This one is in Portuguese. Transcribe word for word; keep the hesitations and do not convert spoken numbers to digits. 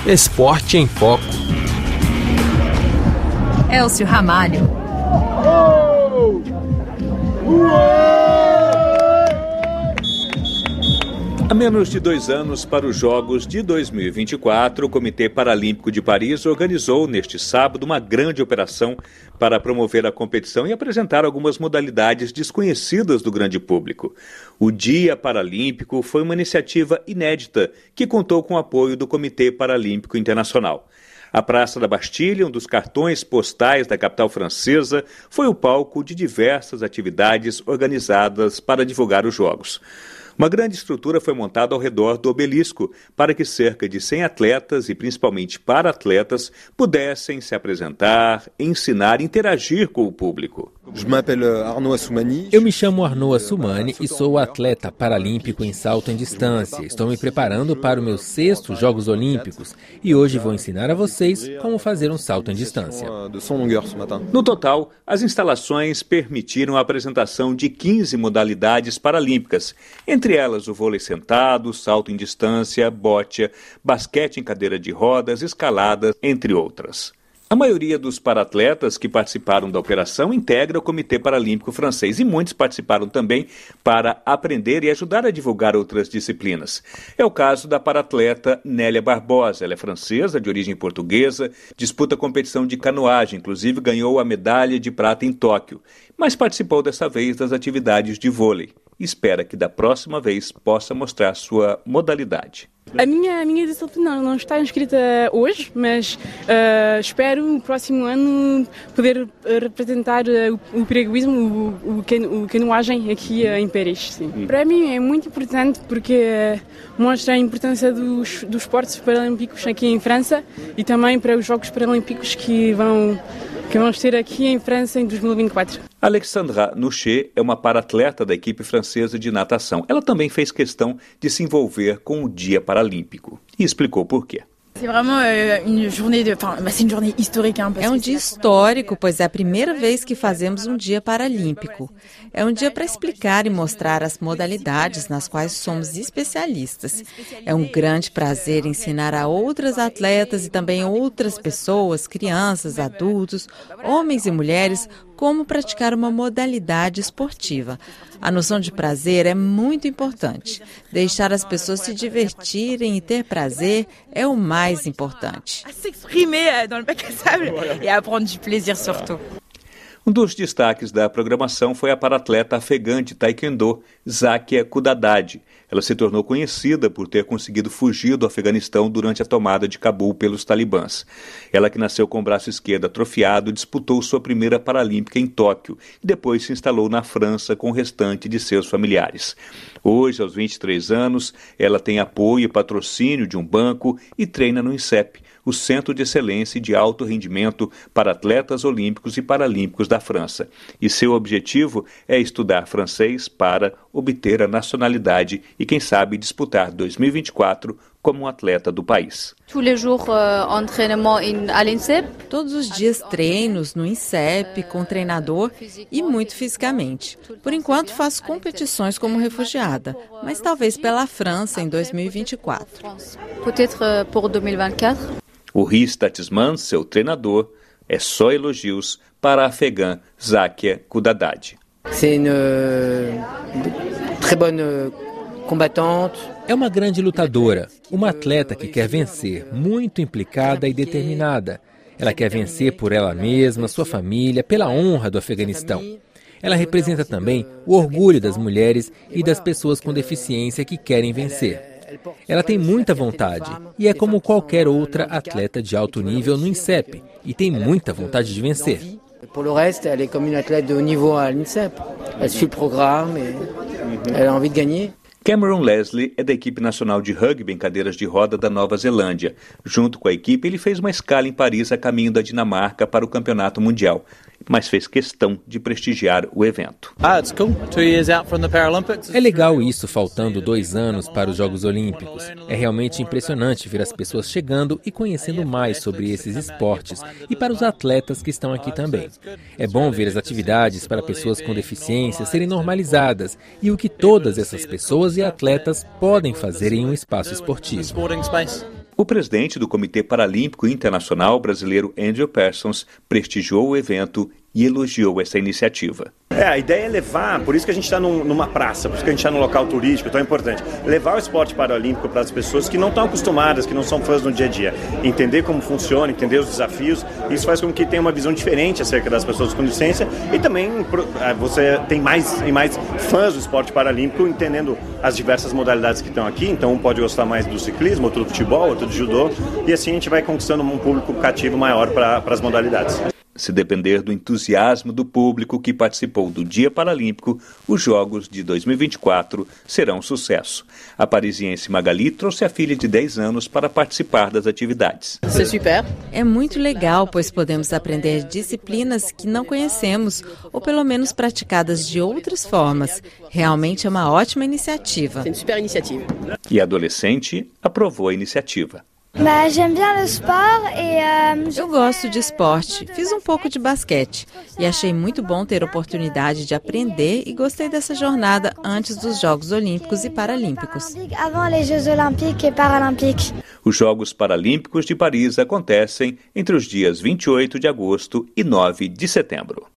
Esporte em Foco. Elcio Ramalho. Há menos de dois anos para os Jogos de dois mil e vinte e quatro, o Comitê Paralímpico de Paris organizou neste sábado uma grande operação para promover a competição e apresentar algumas modalidades desconhecidas do grande público. O Dia Paralímpico foi uma iniciativa inédita que contou com o apoio do Comitê Paralímpico Internacional. A Praça da Bastilha, um dos cartões postais da capital francesa, foi o palco de diversas atividades organizadas para divulgar os Jogos. Uma grande estrutura foi montada ao redor do obelisco para que cerca de cem atletas e principalmente para-atletas pudessem se apresentar, ensinar e interagir com o público. Eu me chamo Arnaud Assoumani e sou atleta paralímpico em salto em distância. Estou me preparando para os meus sextos Jogos Olímpicos e hoje vou ensinar a vocês como fazer um salto em distância. No total, as instalações permitiram a apresentação de quinze modalidades paralímpicas, entre elas o vôlei sentado, salto em distância, boccia, basquete em cadeira de rodas, escalada, entre outras. A maioria dos paratletas que participaram da operação integra o Comitê Paralímpico Francês e muitos participaram também para aprender e ajudar a divulgar outras disciplinas. É o caso da paratleta Nélia Barbosa. Ela é francesa, de origem portuguesa, disputa competição de canoagem, inclusive ganhou a medalha de prata em Tóquio, mas participou dessa vez das atividades de vôlei. Espera que da próxima vez possa mostrar sua modalidade. A minha, a minha disciplina não está inscrita hoje, mas uh, espero no próximo ano poder representar uh, o, o perigoísmo, o, o, can, o canoagem aqui uh, em Paris. Sim. Para mim é muito importante porque uh, mostra a importância dos, dos esportes paralímpicos aqui em França e também para os Jogos Paralímpicos que vão, que vão ter aqui em França em dois mil e vinte e quatro. Alexandra Nouchet é uma paratleta da equipe francesa de natação. Ela também fez questão de se envolver com o Dia Paralímpico e explicou por quê. É um dia histórico, pois é a primeira vez que fazemos um dia paralímpico. É um dia para explicar e mostrar as modalidades nas quais somos especialistas. É um grande prazer ensinar a outras atletas e também outras pessoas, crianças, adultos, homens e mulheres, como praticar uma modalidade esportiva. A noção de prazer é muito importante. Deixar as pessoas se divertirem e ter prazer é o mais importante. Um dos destaques da programação foi a paratleta afegã de taekwondo, Zakia Kudadadi. Ela se tornou conhecida por ter conseguido fugir do Afeganistão durante a tomada de Cabul pelos talibãs. Ela, que nasceu com o braço esquerdo atrofiado, disputou sua primeira Paralímpica em Tóquio e depois se instalou na França com o restante de seus familiares. Hoje, aos vinte e três anos, ela tem apoio e patrocínio de um banco e treina no INSEP, o Centro de Excelência de Alto Rendimento para Atletas Olímpicos e Paralímpicos da França. E seu objetivo é estudar francês para obter a nacionalidade e, quem sabe, disputar dois mil e vinte e quatro como um atleta do país. Todos os dias treinos no INSEP, com treinador e muito fisicamente. Por enquanto faço competições como refugiada, mas talvez pela França em dois mil e vinte e quatro. O Riz Tatisman, seu treinador, é só elogios para a afegã Zakia Kudadadi. É uma grande lutadora, uma atleta que quer vencer, muito implicada e determinada. Ela quer vencer por ela mesma, sua família, pela honra do Afeganistão. Ela representa também o orgulho das mulheres e das pessoas com deficiência que querem vencer. Ela tem muita vontade e é como qualquer outra atleta de alto nível no INSEP e tem muita vontade de vencer. Pour le reste, elle est comme une athlète de haut niveau à l'INSEP. Elle suit le programme et elle a envie de gagner. Cameron Leslie é da equipe nacional de rugby em cadeiras de roda da Nova Zelândia. Junto com a equipe, ele fez uma escala em Paris a caminho da Dinamarca para o Campeonato Mundial, mas fez questão de prestigiar o evento. É legal isso, faltando dois anos para os Jogos Olímpicos. É realmente impressionante ver as pessoas chegando e conhecendo mais sobre esses esportes e para os atletas que estão aqui também. É bom ver as atividades para pessoas com deficiência serem normalizadas e o que todas essas pessoas e atletas podem fazer em um espaço esportivo. O presidente do Comitê Paralímpico Internacional brasileiro, Andrew Parsons, prestigiou o evento e elogiou essa iniciativa. É, a ideia é levar, por isso que a gente está num, numa praça, por isso que a gente está num local turístico, tão importante, levar o esporte paralímpico para as pessoas que não estão acostumadas, que não são fãs no dia a dia, entender como funciona, entender os desafios, isso faz com que tenha uma visão diferente acerca das pessoas com deficiência e também você tem mais e mais fãs do esporte paralímpico entendendo as diversas modalidades que estão aqui, então um pode gostar mais do ciclismo, outro do futebol, outro do judô, e assim a gente vai conquistando um público cativo maior para as modalidades. Se depender do entusiasmo do público que participou do Dia Paralímpico, os Jogos de dois mil e vinte e quatro serão um sucesso. A parisiense Magali trouxe a filha de dez anos para participar das atividades. É muito legal, pois podemos aprender disciplinas que não conhecemos, ou pelo menos praticadas de outras formas. Realmente é uma ótima iniciativa. E a adolescente aprovou a iniciativa. Eu gosto de esporte, fiz um pouco de basquete e achei muito bom ter a oportunidade de aprender e gostei dessa jornada antes dos Jogos Olímpicos e Paralímpicos. Os Jogos Paralímpicos de Paris acontecem entre os dias vinte e oito de agosto e nove de setembro.